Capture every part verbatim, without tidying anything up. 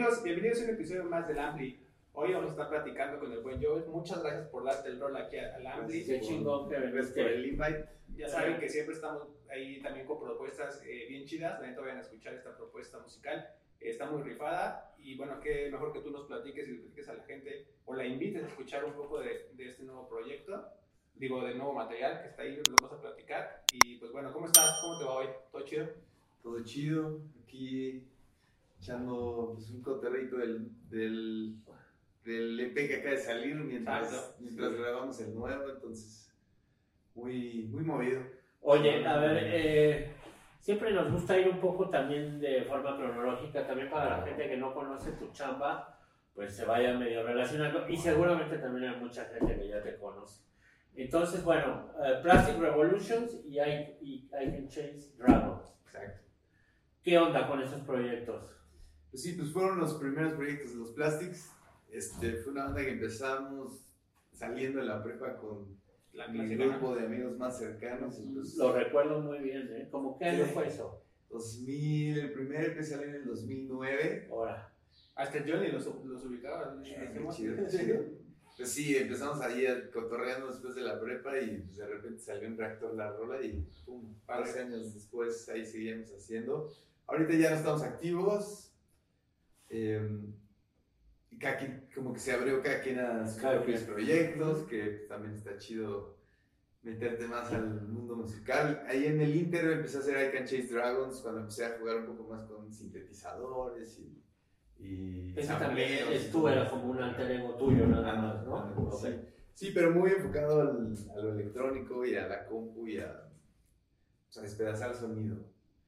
amigos, bienvenidos a un episodio más del Ampli. Hoy vamos a estar platicando con el buen Joel. Muchas gracias por darte el rol aquí al Ampli. Qué chingón que Gracias por el invite. Ya saben que siempre estamos ahí también con propuestas eh, bien chidas. La neta vayan a escuchar esta propuesta musical. Eh, está muy rifada y bueno, qué mejor que tú nos platiques y le platiques a la gente o la invites a escuchar un poco de, de este nuevo proyecto. Digo, del nuevo material que está ahí, lo vamos a platicar. Y pues bueno, ¿cómo estás? ¿Cómo te va hoy? ¿Todo chido? Todo chido. Aquí echando pues, un cotorrito del, del, del E P que acaba de salir mientras, mientras sí. grabamos el nuevo. Entonces, muy, muy movido. Oye, a ver, eh, siempre nos gusta ir un poco también de forma cronológica, también para la gente que no conoce tu chamba, pues se vaya medio relacionando. Y seguramente también hay mucha gente que ya te conoce. Entonces, bueno, uh, Plastic Revolutions y I, y I Can Chase Dragons. Exacto. ¿Qué onda con esos proyectos? Pues sí, pues fueron los primeros proyectos de los Plastics. Este, fue una banda que empezamos saliendo de la prepa con la mi grupo de amigos más cercanos. Entonces, lo recuerdo muy bien, ¿eh? ¿Cómo qué año sí. fue eso? dos mil, el primer que salió en el dos mil nueve. Ahora. Hasta Johnny los, los ubicaba. ¿No? Yeah, chido, chido. Pues sí, empezamos ahí cotorreando después de la prepa y pues de repente salió un Reactor la rola y pum, doce años después ahí seguíamos haciendo. Ahorita ya no estamos activos, eh, y cada quien, como que se abrió cada quien a sus propios proyectos, que también está chido meterte más al mundo musical. Ahí en el Inter empecé a hacer I Can Chase Dragons cuando empecé a jugar un poco más con sintetizadores y y ese también estuvo, era como un alter ego tuyo nada ah, más, ¿no? Ah, okay. sí. sí, pero muy enfocado al, a lo electrónico y a la compu y a, pues, a despedazar el sonido.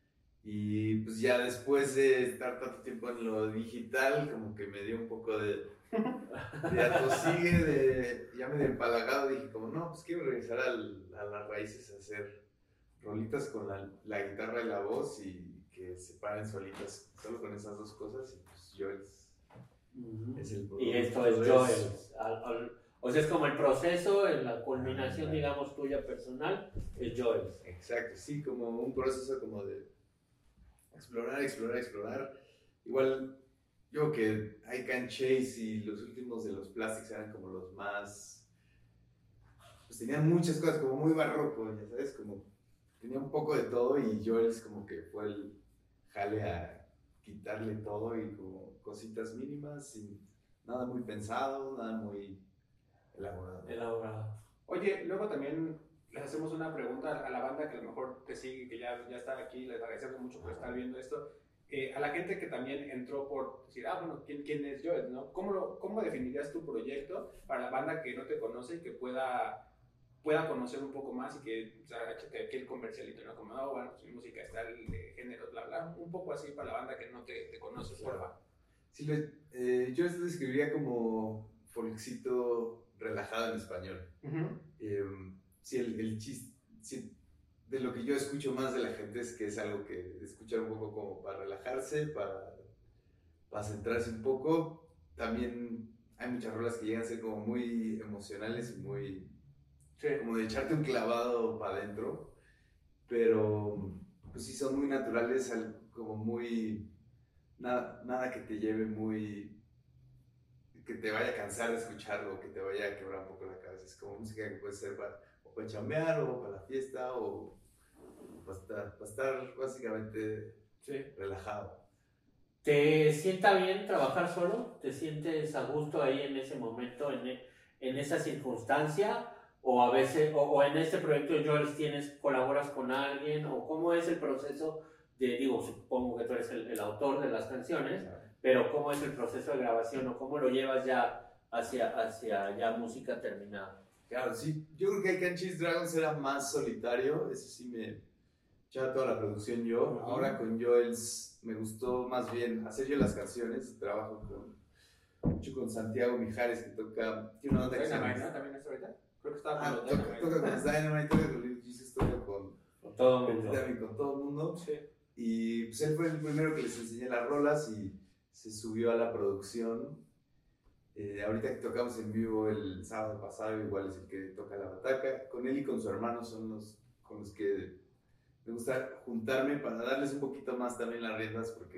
Y pues ya después de estar tanto tiempo en lo digital, como que me dio un poco de, de atosigue, de, ya medio empalagado, dije como no, pues quiero regresar al, a las raíces, a hacer rolitas con la, la guitarra y la voz y que se paren solitas, solo con esas dos cosas. Y pues Joel's uh-huh. es el y esto es Joel's. Al, al, o sea, es como el proceso, en la culminación, digamos, tuya personal, es Joel's. Exacto, sí, como un proceso como de explorar, explorar, explorar. Igual, yo que I Can Chase y los últimos de los Plastics eran como los más, pues tenían muchas cosas, como muy barroco, ya sabes, como tenía un poco de todo y Joel's como que fue el jale a quitarle todo y como cositas mínimas, sin nada muy pensado, nada muy elaborado. Elaborado. Oye, luego también les hacemos una pregunta a la banda que a lo mejor te sigue, que ya, ya está aquí, les agradecemos mucho por estar viendo esto. Eh, a la gente que también entró por decir, ah, bueno, ¿quién, quién es Joel? ¿No? ¿Cómo, lo, ¿Cómo definirías tu proyecto para la banda que no te conoce y que pueda... pueda conocer un poco más y que, o sea, que aquí el comercialito, ¿no? Como, oh, bueno, pues mi música está de género, bla, bla, un poco así para la banda que no te, te conoce, claro. Porfa. Sí, lo, eh, yo esto describiría como folkcito relajado en español. Uh-huh. Eh, sí, el, el chiste, sí, de lo que yo escucho más de la gente es que es algo que escuchar un poco como para relajarse, para, para centrarse un poco. También hay muchas rolas que llegan a ser como muy emocionales y muy... Sí. Como de echarte un clavado para adentro, pero pues sí son muy naturales, como muy, nada, nada que te lleve muy, que te vaya a cansar de escucharlo, que te vaya a quebrar un poco la cabeza. Es como música que puede ser para, o para chambear, o para la fiesta, o para estar, para estar básicamente sí. relajado. ¿Te sienta bien trabajar solo? ¿Te sientes a gusto ahí en ese momento, en, en esa circunstancia? O a veces, o, o en este proyecto de Joel's tienes, colaboras con alguien, o cómo es el proceso de, digo, supongo que tú eres el, el autor de las canciones, claro. Pero cómo es el proceso de grabación o cómo lo llevas ya hacia, hacia ya música terminada. Claro, sí, yo creo que I Can Chase Dragons era más solitario, ese sí me echaba toda la producción yo. Uh-huh. Ahora con Joel's me gustó más bien hacer yo las canciones, trabajo con, mucho con Santiago Mijares que toca, tiene una banda que se llama... ¿no? ¿También es ahorita? Creo que estaba ah, con toca, toca con Dynamite, toca con Lil Jesus, toca con, con todo el mundo. Con todo el mundo. Sí. Y pues él fue el primero que les enseñé las rolas y se subió a la producción. Eh, ahorita que tocamos en vivo el sábado pasado, igual es el que toca la bataca. Con él y con su hermano son los con los que me gusta juntarme para darles un poquito más también las riendas, porque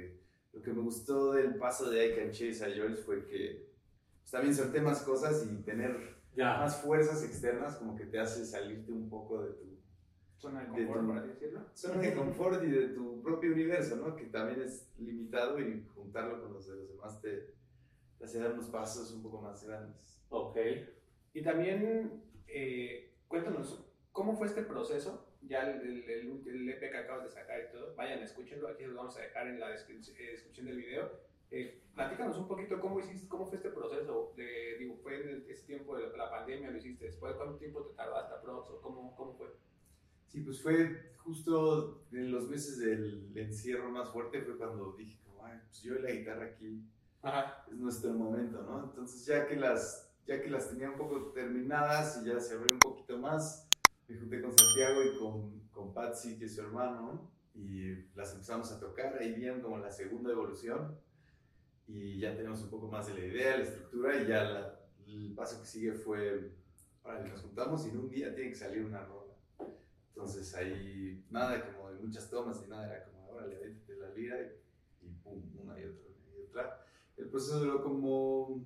lo que me gustó del paso de I Can Chase a Jules fue que pues, también solté más cosas y tener Ya. más fuerzas externas como que te hace salirte un poco de tu Zona de de confort, tu- por así decirlo. zona de confort y de tu propio universo, ¿no? Que también es limitado y juntarlo con los de los demás te, te hace dar unos pasos un poco más grandes. Ok. Y también, eh, cuéntanos, ¿cómo fue este proceso? Ya el, el, el, el E P que acabas de sacar y todo, vayan, escúchenlo, aquí los vamos a dejar en la descrip- eh, descripción del video. Eh, platícanos un poquito cómo hiciste, cómo fue este proceso. De, digo, ¿fue en el- ese tiempo de la, la pandemia, lo hiciste después? ¿Cuánto tiempo te tardaste aprox? ¿O cómo, cómo fue? Sí, pues fue justo en los meses del encierro más fuerte, fue cuando dije, como, ay, pues yo y la guitarra aquí Ajá. es nuestro momento, ¿no? Entonces ya que las, ya que las tenía un poco terminadas y ya se abrió un poquito más, me junté con Santiago y con, con Patsy, que es su hermano, y las empezamos a tocar, ahí bien como la segunda evolución, y ya tenemos un poco más de la idea, la estructura, y ya la, el paso que sigue fue, ahora nos juntamos y en un día tiene que salir una rola. Entonces ahí nada como de muchas tomas y nada, era como, órale, avéntate la lira y, y pum, una y otra, una y otra. El proceso duró como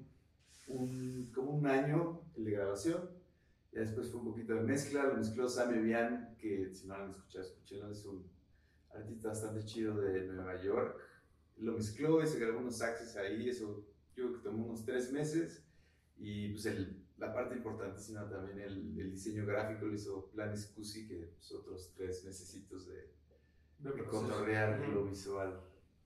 un, como un año el de grabación, y después fue un poquito de mezcla, lo mezcló Sam Evian, que si no lo han escuchado, escúchenlo, es un artista bastante chido de Nueva York. Lo mezcló y se grabó unos saxes ahí, eso yo creo que tomó unos tres meses, y pues el la parte importantísima también, el, el diseño gráfico lo hizo Planis Cusi, que pues otros tres necesitos de, De de proceso. cotorrear Ujú. lo visual.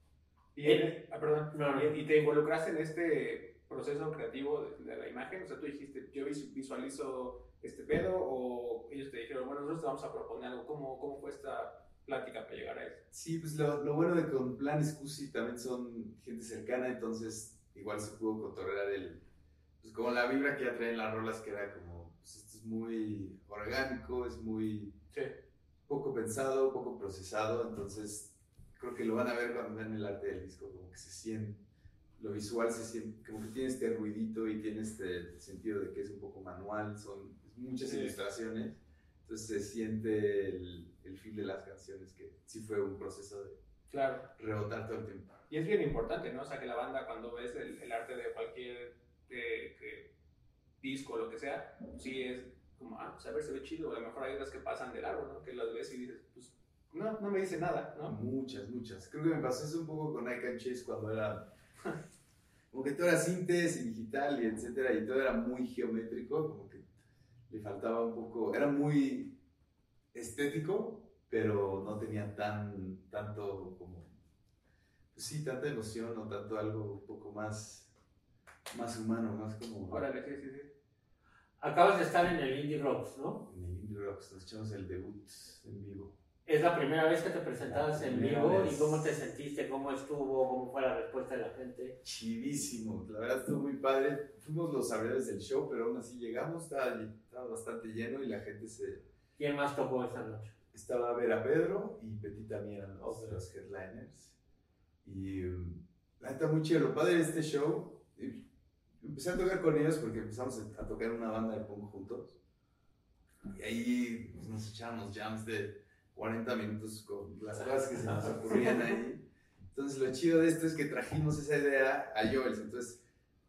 Y, en- ah, perdón, No, no. y, y te involucraste en este proceso creativo de, de la imagen, o sea, tú dijiste, yo vis- visualizo este pedo, o ellos te dijeron, bueno, nosotros te vamos a proponer algo, ¿cómo, cómo fue esta plática para llegar a eso? Sí, pues lo, lo bueno de con Planis Cusi también son gente cercana, entonces igual se pudo cotorrear el, pues como la vibra que ya traen las rolas, que era como, pues esto es muy orgánico, es muy Sí. poco pensado, poco procesado, entonces creo que lo van a ver cuando vean el arte del disco, como que se siente, lo visual se siente, como que tiene este ruidito y tiene este sentido de que es un poco manual, son muchas Sí. ilustraciones, entonces se siente el, el feel de las canciones, que sí fue un proceso de Claro. rebotar todo el tiempo. Y es bien importante, ¿no? O sea, que la banda, cuando ves el, el arte de cualquier eh, que disco o lo que sea, sí es como, ah, pues a ver, se ve chido. A lo mejor hay otras que pasan de largo, ¿no? Que las ves y dices, pues, no, no me dice nada, ¿no? Muchas, muchas. Creo que me pasó eso un poco con I Can Chase cuando era... como que todo era sintes y digital y etcétera, y todo era muy geométrico, como que le faltaba un poco... Era muy estético, pero no tenía tan, tanto como... Pues sí, tanta emoción o tanto algo un poco más, más humano, más como... Órale, sí, sí, sí. Acabas de estar en el Indie Rocks, ¿no? En el Indie Rocks nos echamos el debut en vivo. ¿Es la primera vez que te presentabas La en primera vivo? vez. ¿Y cómo te sentiste? ¿Cómo estuvo? ¿Cómo fue la respuesta de la gente? Chivísimo, la verdad estuvo muy padre. Fuimos los abridores del show, pero aún así llegamos, estaba, estaba bastante lleno y la gente se... ¿Quién más tocó esa noche? Estaba Vera Pedro y Petita Mía, eran los, Ok. los headliners. Y um, la neta muy chido, lo padre de este show, y empecé a tocar con ellos porque empezamos a tocar una banda de punk juntos. Y ahí pues, nos echábamos jams de cuarenta minutos con las cosas que se nos ocurrían ahí. Entonces lo chido de esto es que trajimos esa idea a Jules. Entonces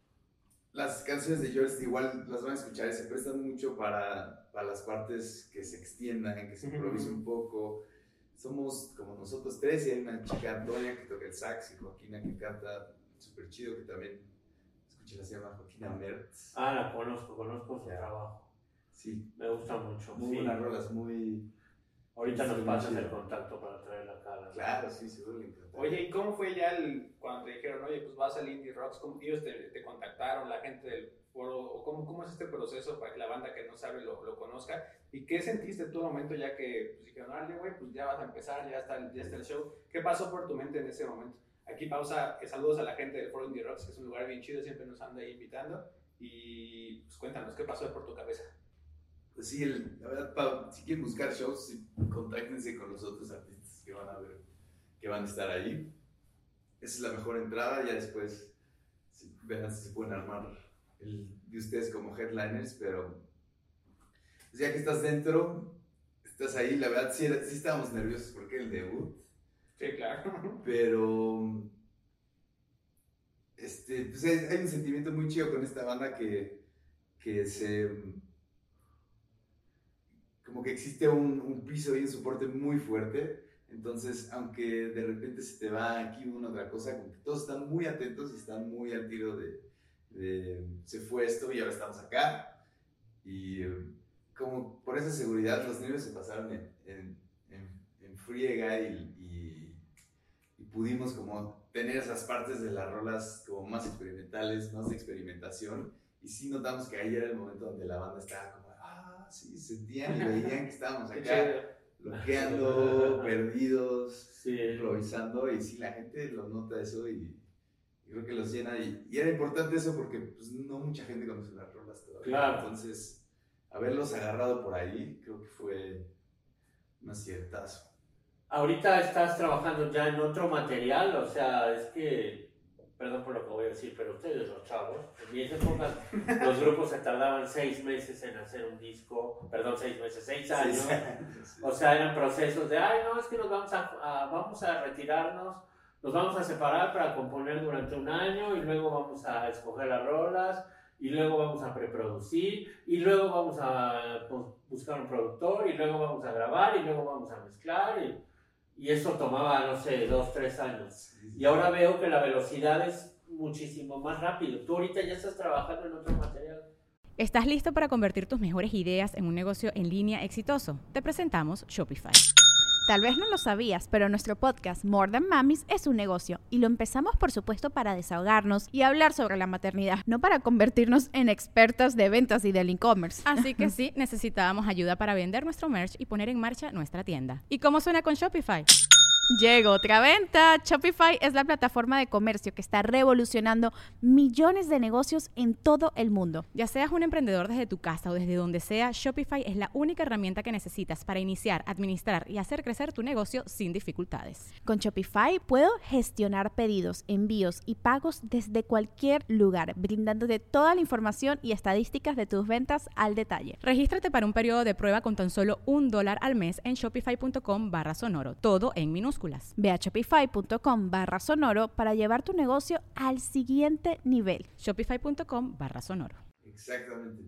las canciones de Jules igual las van a escuchar y se prestan mucho para, para las partes que se extiendan, que se improvise un poco. Somos como nosotros tres y hay una chica Antonia que toca el sax y Joaquina que canta súper chido, que también, escuchen, se llama Joaquina Mertz. Ah, la conozco, conozco su Ya. trabajo. Sí, Me gusta mucho. muy sí. buenas rolas, muy... Ahorita nos muy pasas chido. el contacto para traerla acá. ¿no? Claro, sí, seguro le encanta. Oye, ¿y cómo fue ya el, cuando te dijeron, oye, pues vas al Indie Rocks? ¿Cómo ellos te, te contactaron, la gente del foro? ¿O cómo, cómo es este proceso para que la banda que no sabe lo, lo conozca? ¿Y qué sentiste tú en el momento ya que pues, dijeron, dale, güey, pues ya vas a empezar, ya está, el- ya está el show? ¿Qué pasó por tu mente en ese momento? Aquí pausa, eh, saludos a la gente del foro Indie Rocks, que es un lugar bien chido, siempre nos anda ahí invitando. Y pues cuéntanos, ¿qué pasó por tu cabeza? Pues sí, el- la verdad, pa- si quieren buscar shows, sí, contáctense con los otros artistas que van a ver, que van a estar ahí. Esa es la mejor entrada, ya después sí, verán si se pueden armar el de ustedes como headliners, pero pues ya que estás dentro, estás ahí, la verdad sí, era- sí estábamos nerviosos porque era el debut, Sí, claro. pero este, pues hay, hay un sentimiento muy chido con esta banda que, que se... como que existe un, un piso y un soporte muy fuerte. Entonces, aunque de repente se te va aquí una otra cosa, como que todos están muy atentos y están muy al tiro de, de se fue esto y ahora estamos acá. Y como por esa seguridad, los nervios se pasaron en, en, en, en friega y, y, y pudimos como tener esas partes de las rolas como más experimentales, más de experimentación. Y sí notamos que ahí era el momento donde la banda estaba como, ah, sí, sentían y veían que estábamos acá. Bloqueando, perdidos, sí. Improvisando, y sí, la gente lo nota eso y, y creo que los llena. Y, y era importante eso porque pues, no mucha gente conoce las rolas todavía. Claro. Entonces, haberlos agarrado por ahí creo que fue un aciertazo. Ahorita estás trabajando ya en otro material, o sea, es que, perdón por lo que voy a decir, pero ustedes los chavos, en mi época los grupos se tardaban seis meses en hacer un disco, perdón, seis meses, seis años, sí, sí, sí. O sea, eran procesos de, ay, no, es que nos vamos a, a, vamos a retirarnos, nos vamos a separar para componer durante un año y luego vamos a escoger las rolas y luego vamos a preproducir y luego vamos a pues, buscar un productor y luego vamos a grabar y luego vamos a mezclar y... Y eso tomaba, no sé, dos, tres años. Y ahora veo que la velocidad es muchísimo más rápido. Tú ahorita ya estás trabajando en otro material. ¿Estás listo para convertir tus mejores ideas en un negocio en línea exitoso? Te presentamos Shopify. Tal vez no lo sabías, pero nuestro podcast More Than Mamis es un negocio y lo empezamos por supuesto para desahogarnos y hablar sobre la maternidad, no para convertirnos en expertas de ventas y del e-commerce. Así que sí, necesitábamos ayuda para vender nuestro merch y poner en marcha nuestra tienda. ¿Y cómo suena con Shopify? Llegó otra venta. Shopify es la plataforma de comercio que está revolucionando millones de negocios en todo el mundo. Ya seas un emprendedor desde tu casa o desde donde sea, Shopify es la única herramienta que necesitas para iniciar, administrar y hacer crecer tu negocio sin dificultades. Con Shopify puedo gestionar pedidos, envíos y pagos desde cualquier lugar, brindándote toda la información y estadísticas de tus ventas al detalle. Regístrate para un periodo de prueba con tan solo un dólar al mes en shopify.com barra sonoro, todo en minúsculas. Ve a shopify.com barra sonoro para llevar tu negocio al siguiente nivel. Shopify.com barra sonoro. Exactamente,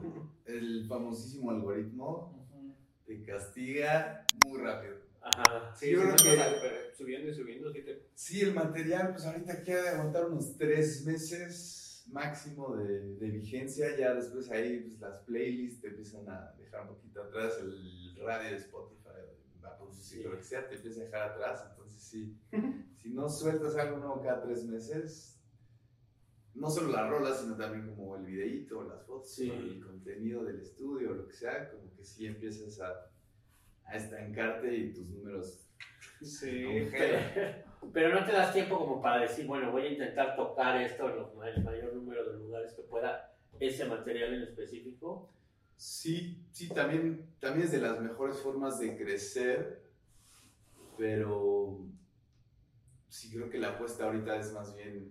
el famosísimo algoritmo te castiga muy rápido. Ajá. Sí, yo creo que subiendo y subiendo. Sí, te... sí, el material, pues ahorita queda de aguantar unos tres meses máximo de, de vigencia. Ya después ahí pues, las playlists te empiezan a dejar un poquito atrás, el radio de Spotify. Pues, sí. Lo que sea te empieza a dejar atrás, entonces sí, si no sueltas algo nuevo cada tres meses, no solo la rola, sino también como el videíto, las fotos, sí. El contenido del estudio, lo que sea, como que sí empiezas a, a estancarte y tus números sí, pero, pero no te das tiempo como para decir, bueno, voy a intentar tocar esto en el mayor número de lugares que pueda, ese material en específico. Sí, sí, también, también es de las mejores formas de crecer, pero sí creo que la apuesta ahorita es más bien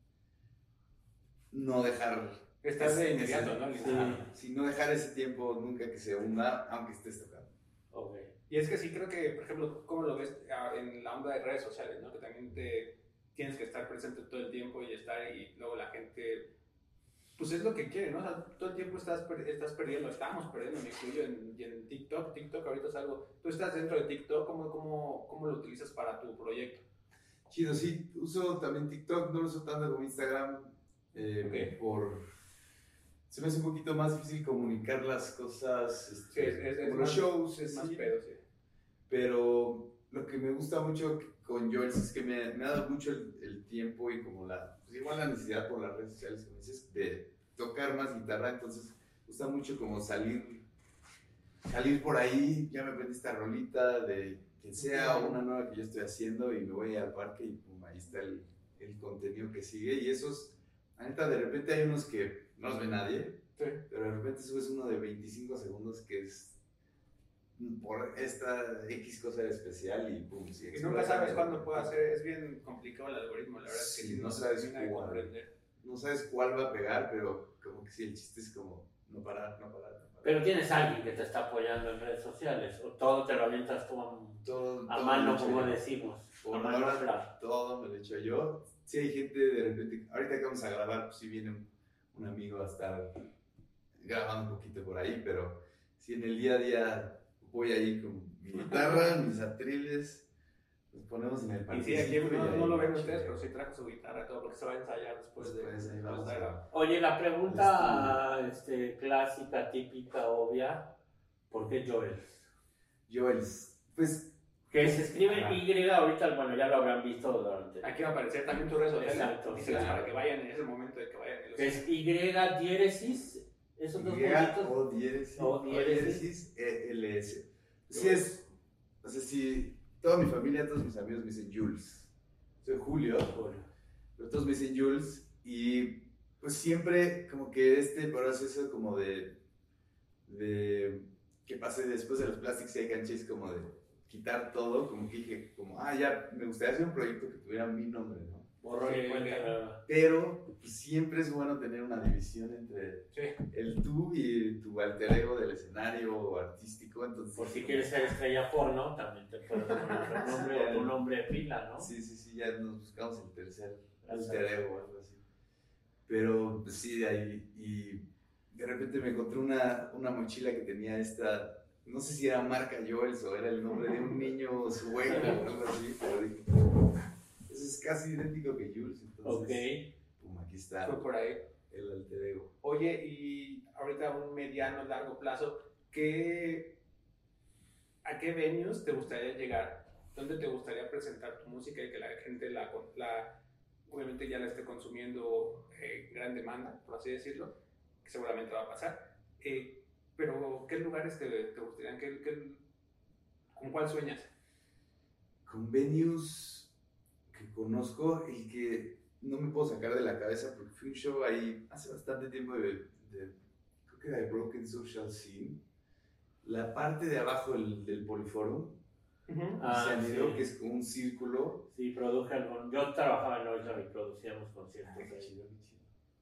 no dejar... Estás de inmediato, ¿no? Sí, sí, no dejar ese tiempo nunca que se hunda, aunque estés tocando. Ok. Y es que sí creo que, por ejemplo, ¿cómo lo ves en la onda de redes sociales, ¿no? Que también te tienes que estar presente todo el tiempo y estar y luego la gente... Pues es lo que quiere, ¿no? O sea, todo el tiempo estás, estás perdiendo, estamos perdiendo, me incluyo en, en TikTok. TikTok ahorita es algo... Tú estás dentro de TikTok, ¿cómo, cómo, cómo lo utilizas para tu proyecto? Chido, sí. Uso también TikTok, no lo uso tanto como Instagram. Eh, okay. Por... Se me hace un poquito más difícil comunicar las cosas. Este, sí, es, es, es los más, shows. Es sí. más pedo, sí. Pero lo que me gusta mucho con Joels es que me, me ha dado mucho el, el tiempo y como la... Pues igual la necesidad por las redes sociales, como dices, de tocar más guitarra, entonces me gusta mucho como salir, salir por ahí, ya me aprendí esta rolita de que sea una nueva que yo estoy haciendo y me voy al parque y pum, ahí está el, el contenido que sigue y esos, la neta, de repente hay unos que no los ve nadie, sí. Pero de repente subes uno de veinticinco segundos que es por esta X cosa especial y pum, sí, y nunca sabes cuándo puede hacer, es bien complicado el algoritmo, la verdad es que sí, sí, no, no sabes cuál, no sabes cuál va a pegar, pero como que sí, el chiste es como no parar, no parar, no parar. Pero tienes alguien que te está apoyando en redes sociales, o todo te lo avientas tú a, todo, a todo mano, como yo. Decimos, por a mano ahora, todo me lo he hecho yo, sí hay gente de repente, ahorita que vamos a grabar, pues sí viene un, un amigo a estar grabando un poquito por ahí, pero sí en el día a día voy ahí con mi guitarra, mis atriles, nos ponemos en el parque. Y sí, aquí no, no lo ven ustedes, pero sí trajo su guitarra y todo, porque se va a ensayar después, después de... Después de a... Oye, la pregunta este, clásica, típica, obvia, ¿por qué Joels? Joels, pues... Que se escribe ajá. Y, ahorita, bueno, ya lo habrán visto durante... Aquí va a aparecer también tu red social. Exacto. Sí, para que vayan en ese momento de que vayan. Que es Y diéresis, esos dos puntitos. O diéresis, o diéresis, E L S. Sí es, o sea, si toda mi familia, todos mis amigos me dicen Jules. Soy Julio, Julio. Pero todos me dicen Jules y pues siempre como que este proceso como de, de que pase después de los Plastic Ink and Cheese como de quitar todo, como que dije, como, ah, ya, me gustaría hacer un proyecto que tuviera mi nombre, ¿no? Borrón y cuenta. Pero pues, siempre es bueno tener una división entre sí. el tú y tu alter ego del escenario artístico, entonces... Por si quieres ser estrella porno, también te puedes poner otro nombre o tu nombre de pila, ¿no? Sí, sí, sí, ya nos buscamos el tercer alter ego o algo así. Pero, pues sí, de ahí, y de repente me encontré una, una mochila que tenía esta... No sé si era marca Joels o era el nombre de un niño sueco o algo así, pero dije, eso es casi idéntico que Jules, entonces, okay. Pum, aquí está. Fue por ahí. El alter ego. Oye, y ahorita a un mediano, largo plazo, ¿qué, ¿a qué venues te gustaría llegar? ¿Dónde te gustaría presentar tu música y que la gente la, la obviamente ya la esté consumiendo en eh, gran demanda, por así decirlo, que seguramente va a pasar? Eh, Pero, ¿qué lugares te, te gustarían? ¿Qué, qué, ¿Con cuál sueñas? Con venues que conozco y que no me puedo sacar de la cabeza porque fui un show ahí hace bastante tiempo de, de creo que de Broken Social Scene. La parte de abajo del, del Poliforum, uh-huh. ah, se han ido, sí. Que es como un círculo. Sí, produje algo. Yo trabajaba en Oiga y producíamos conciertos ah, ahí. Chido, chido.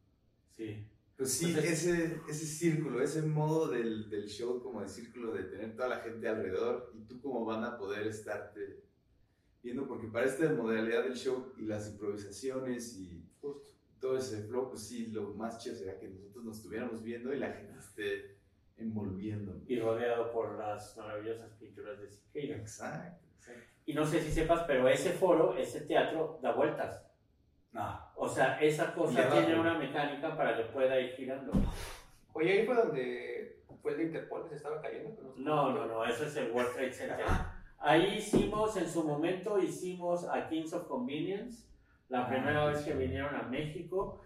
Sí. Pues sí, Entonces, ese, ese círculo, ese modo del, del show como de círculo, de tener toda la gente alrededor y tú como banda poder estarte viendo, porque para esta modalidad del show y las improvisaciones y justo todo ese flow, pues sí, lo más chido sería que nosotros nos estuviéramos viendo y la gente esté envolviendo. Y rodeado por las maravillosas pinturas de Siqueira. Exacto, exacto. Y no sé si sepas, pero ese foro, ese teatro, da vueltas. No. O sea, esa cosa tiene una mecánica para que pueda ir girando. Oye, ahí fue donde fue el de Interpol que se estaba cayendo. No, no, no, eso es el World Trade Center. Ahí hicimos, en su momento, hicimos a Kings of Convenience, la ah, primera vez que vinieron a México,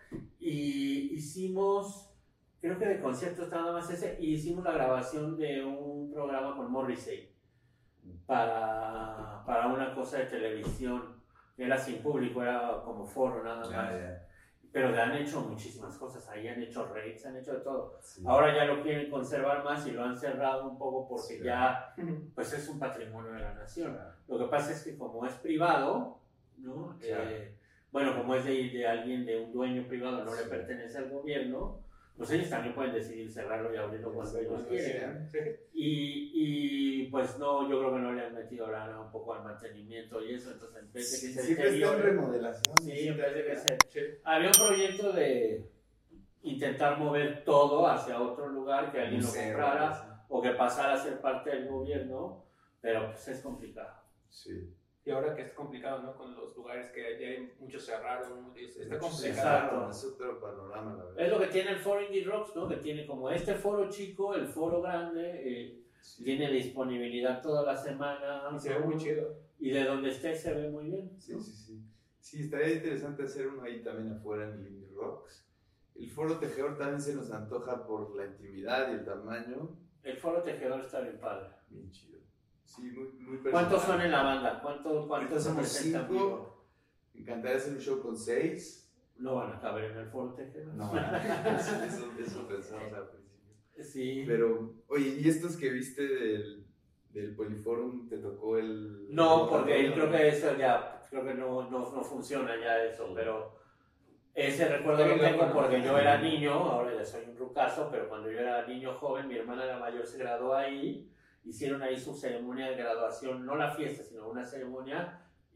y hicimos, creo que de conciertos nada más ese, y hicimos la grabación de un programa con Morrissey para, para una cosa de televisión. Era sin público, era como foro nada más. Yeah, yeah. Pero le han hecho muchísimas cosas, ahí han hecho raids, han hecho de todo. Sí. Ahora ya lo quieren conservar más y lo han cerrado un poco porque sí, ya pues es un patrimonio de la nación. Yeah. Lo que pasa es que como es privado, ¿no? Yeah. Eh, bueno, como es de, de alguien, de un dueño privado, no sí. le pertenece al gobierno, pues ellos también pueden decidir cerrarlo y abrirlo cuando sí, ellos quieren. Sí. Y, y pues no, yo creo que no le han metido lana un poco al mantenimiento y eso, entonces en vez de que se siempre está en remodelación. Sí, en vez de que se... Sí. Había un proyecto de intentar mover todo hacia otro lugar, que alguien Museo, lo comprara sí. o que pasara a ser parte del gobierno, pero pues es complicado. Sí. Y ahora que es complicado, ¿no? Con los lugares que ya hay muchos cerraron, está complicado. Exacto. Es otro panorama, la verdad. Es lo que tiene el foro Indie Rocks, ¿no? Que tiene como este foro chico, el foro grande, eh, sí. tiene disponibilidad toda la semana. Y se ve muy chido. Y de donde esté se ve muy bien. Sí, ¿no? sí, sí. Sí, estaría interesante hacer uno ahí también afuera en el Indie Rocks. El foro Tejedor también se nos antoja por la intimidad y el tamaño. El foro Tejedor está bien padre. Bien chido. Sí, muy, muy ¿Cuántos son en la banda? ¿Cuántos cuánto somos cinco? Me encantaría hacer un show con seis. No van a caber en el foro Tejedor. No, eso, eso pensamos al principio. Sí. Pero, oye, ¿y estos que viste del, del Poliforum te tocó el...? No, porque el creo que eso ya, creo que no, no, no funciona ya eso, pero ese recuerdo lo tengo porque yo era niño, ahora ya soy un rucazo, pero cuando yo era niño joven, mi hermana la mayor se graduó ahí. Hicieron ahí su ceremonia de graduación, no la fiesta, sino una ceremonia,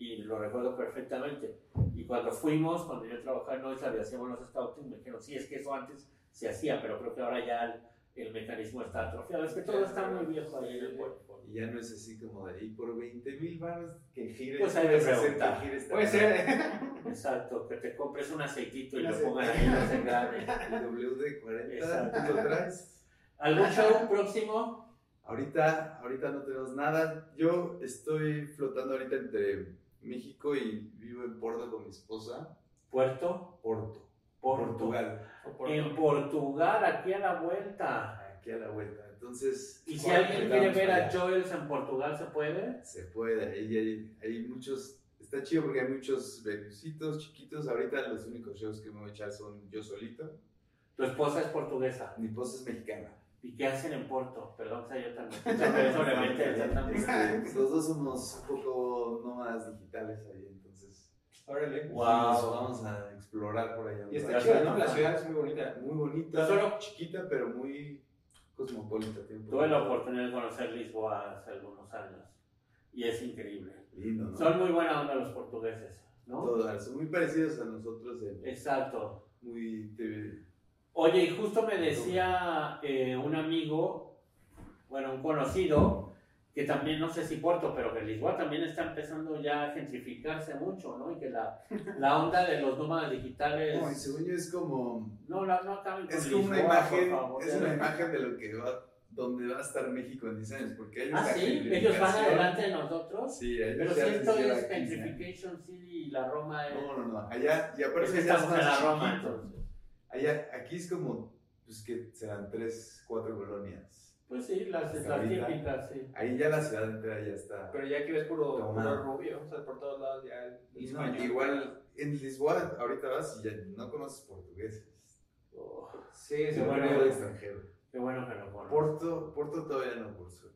y lo recuerdo perfectamente. Y cuando fuimos, cuando yo trabajaba en Noisar y hacíamos los scouting, me dijeron, sí, es que eso antes se hacía, pero creo que ahora ya el, el mecanismo está atrofiado. Es que todo está muy viejo ahí en el puerto. Y ya no es así como de ahí por veinte mil baros que gire. Pues hay de sesenta preguntar. Puede ser. Exacto, que te compres un aceitito y Un lo aceite. pongan ahí en los engranes. El W D cuarenta, Exacto. ¿tú lo traes? ¿Algún show próximo? Ahorita, ahorita no tenemos nada. Yo estoy flotando ahorita entre México y vivo en Porto con mi esposa. ¿Puerto? Porto. Porto. Portugal. En Portugal, aquí a la vuelta. Aquí a la vuelta. Entonces. Y si alguien quiere vamos ver para a allá. Joels en Portugal, ¿se puede? Se puede. Ahí hay, hay muchos. Está chido porque hay muchos venuecitos chiquitos. Ahorita los únicos shows que me voy a echar son yo solito. Tu esposa es portuguesa. Mi esposa es mexicana. ¿Y qué hacen en Porto? Perdón, que sea yo también. Eso le va a interesar también. Este, los dos somos un poco nómadas digitales ahí, entonces. Órale. Wow. Dijimos, vamos a explorar por allá. Y está Gracias. chido, ¿no? La ciudad es muy bonita. Muy bonita, Yo solo- chiquita, pero muy cosmopolita. Tiene un Tuve la poco- oportunidad de conocer Lisboa hace algunos años. Y es increíble. Lindo, ¿no? Son muy buena onda los portugueses, ¿no? Todas, son muy parecidos a nosotros, en- Exacto. muy... te- Oye, y justo me decía eh, un amigo, bueno, un conocido, que también, no sé si Porto, pero que Lisboa también está empezando ya a gentrificarse mucho, ¿no? Y que la, la onda de los nómadas digitales... No, y según yo es como... No, no, no acaben con Es como una Lisboa, por imagen, favor. es una imagen de lo que va, donde va a estar México en diez años, porque ellos Ah, la sí, ellos van gentrificación- adelante de nosotros. Sí, ellos Pero si ya esto desde es la quince. Gentrification City y la Roma es... No, no, no, allá, y aparte es que ya estamos es en la más Roma, chiquito. entonces. Allá, aquí es como, pues que serán tres, cuatro colonias. Pues sí, las, Hasta las ahorita. típicas, sí. Ahí ya la ciudad entera ya está. Pero ya aquí ves puro, Tomado. puro rubio, o sea, por todos lados ya el, el Y no, español. igual en Lisboa ahorita vas y ya no conoces portugueses. Oh, Sí, Qué sí, Es bueno. bueno extranjero. qué bueno que lo conozco. Porto, Porto todavía no, por suerte.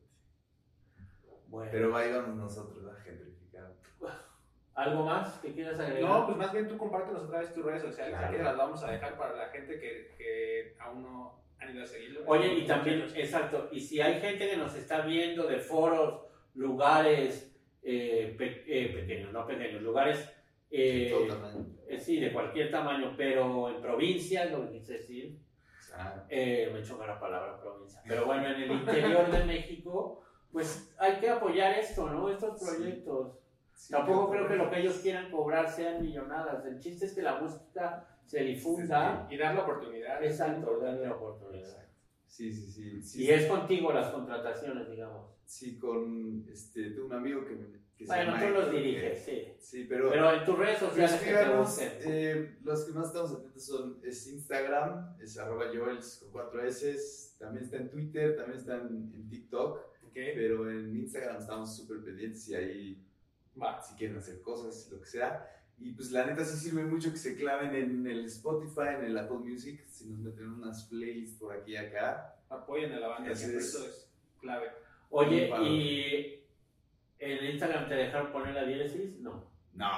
Bueno. Pero ahí vamos nosotros a gentrificar. ¿Algo más que quieras agregar? No, pues más bien tú compártenos otra vez tus redes sociales. Claro. Aquí las vamos a dejar para la gente que, que aún no han ido a seguirlo. Oye, y también, exacto, y si hay gente que nos está viendo de foros, lugares eh, pe- eh, pequeños, no pequeños, lugares, eh, Todo tamaño. eh, sí, de cualquier tamaño, pero en provincias, lo que quise decir, Ah, eh, me choca la palabra provincia, pero bueno, en el interior de México, pues hay que apoyar esto, ¿no? Estos Sí. proyectos. sí, Tampoco yo- creo que lo que ellos quieran cobrar sean millonadas, el chiste es que la música se difunda, Y dar la oportunidad. exacto, darle la oportunidad. Exacto. Sí, sí, sí. sí Y es contigo las contrataciones, digamos. Sí, con este, tengo un amigo que, me- que se Bueno, llama tú los Héctor, diriges, que- sí. Sí, pero... Pero en tus redes Pero sociales que te escríbanos, busquen. eh, los que más estamos atentos son es Instagram, es arroba Joels con cuatro S, también está en Twitter, también está en, en TikTok, Ok, pero en Instagram estamos súper pendientes y ahí va. si quieren hacer cosas, lo que sea. Y pues la neta sí sirve mucho que se claven en el Spotify, en el Apple Music, si nos meten unas playlists por aquí y acá. Apoyen a la banda, Así siempre es. eso es clave. Oye, muy padre. ¿y en Instagram te dejaron poner la diéresis? No. No,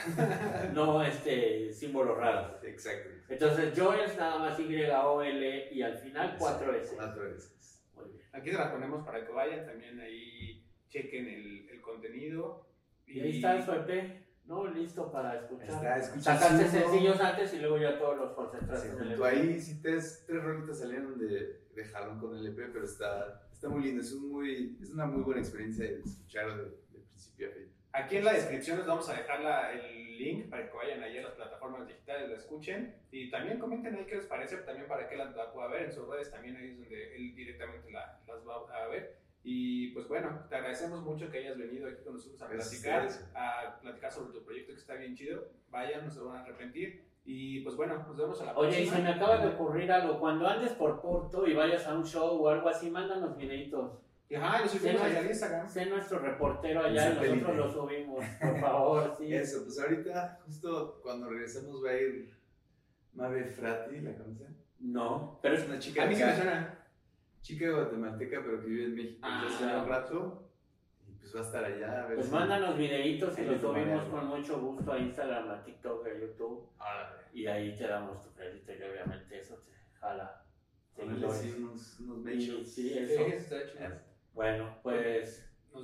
No, este, símbolos raros. exacto. Entonces, Joels nada más Y O L y al final cuatro S. Cuatro S. Muy bien. Aquí se las ponemos para que vayan, también ahí chequen el, el contenido. Y ahí está su E P, ¿no? Listo para escuchar. Está, escuchas Sacaste uno. sencillos antes y luego ya todos los concentraste Sí, en el junto E P. ahí sí tres, tres rolitas salieron de, de jalón con el E P, pero está, está muy lindo, es, un muy, es una muy buena experiencia de escuchar de, de principio a fin. Aquí en la descripción les vamos a dejar la- el link para que vayan ahí a las plataformas digitales, la escuchen y también comenten ahí qué les parece, también para que la, la pueda ver en sus redes, también ahí es donde él directamente la- las va a ver. Y pues bueno, te agradecemos mucho que hayas venido aquí con nosotros a Gracias platicar, a ustedes. a platicar sobre tu proyecto que está bien chido. Vayan, no se van a arrepentir. Y pues bueno, nos vemos a la Oye, y próxima. se me acaba de ocurrir algo. Cuando andes por Porto y vayas a un show o algo así, mándanos videitos. Ajá, los subimos Sí, allá al Instagram. Sé nuestro reportero allá El y satélite. nosotros lo subimos, por favor, sí. Eso, pues ahorita, justo cuando regresemos, va a ir Mabe Frati, ¿la conocen? No, pero Es es una chica A mí sí acá, me suena. chica guatemalteca, pero que vive en México Ah, desde hace un rato, y pues va a estar allá. A ver pues si- mándanos videitos y Ahí los le tomaré subimos algo. con mucho gusto a Instagram, a TikTok, a YouTube. Órale. Y ahí te damos tu crédito y obviamente eso te jala. Ponerle seguidores. así unos, unos Y- mentions. sí, Sí, eso. está chido. Bueno, pues Nos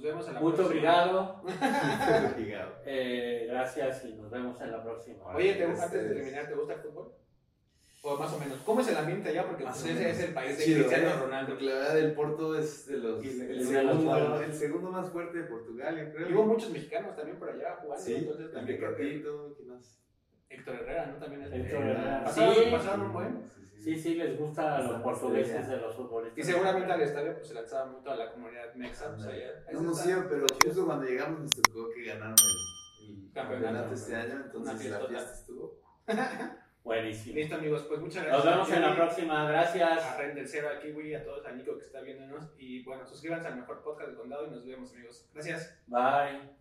vemos en la Muito próxima. obrigado. eh, gracias y nos vemos en la próxima. Oye, ¿te, antes de terminar, ¿te gusta el fútbol? O más o menos. ¿Cómo es el ambiente allá? Porque pues, ese es el país de Chido, Cristiano ¿eh? Ronaldo. Porque la verdad el Porto es de los, Y el, el- segundo, el segundo más fuerte de Portugal, yo creo. Y hubo muchos mexicanos también por allá jugando. Sí, entonces el también creo que Tecatito, ¿quién más? Héctor Herrera, ¿no? También es Héctor eh, Herrera. Pasaron, Sí. pasaron un buen. Sí, sí, les gusta a los Bastante portugueses estrella. de los futbolistas. Y seguramente al estadio pues se lanzaba mucho a la comunidad mexa. Pues, allá. No Eso nos está- iban, pero está chido. justo cuando llegamos nos tocó que ganaron el, el Campeonato. campeonato este año, Una entonces la fiestota. fiesta estuvo. Buenísimo. Listo, amigos, pues muchas gracias. Nos vemos en la Jenny, próxima. Gracias. A Ren del Cero, a Kiwi, a todos, a Nico que está viéndonos. Y bueno, suscríbanse al mejor podcast del condado y nos vemos, amigos. Gracias. Bye.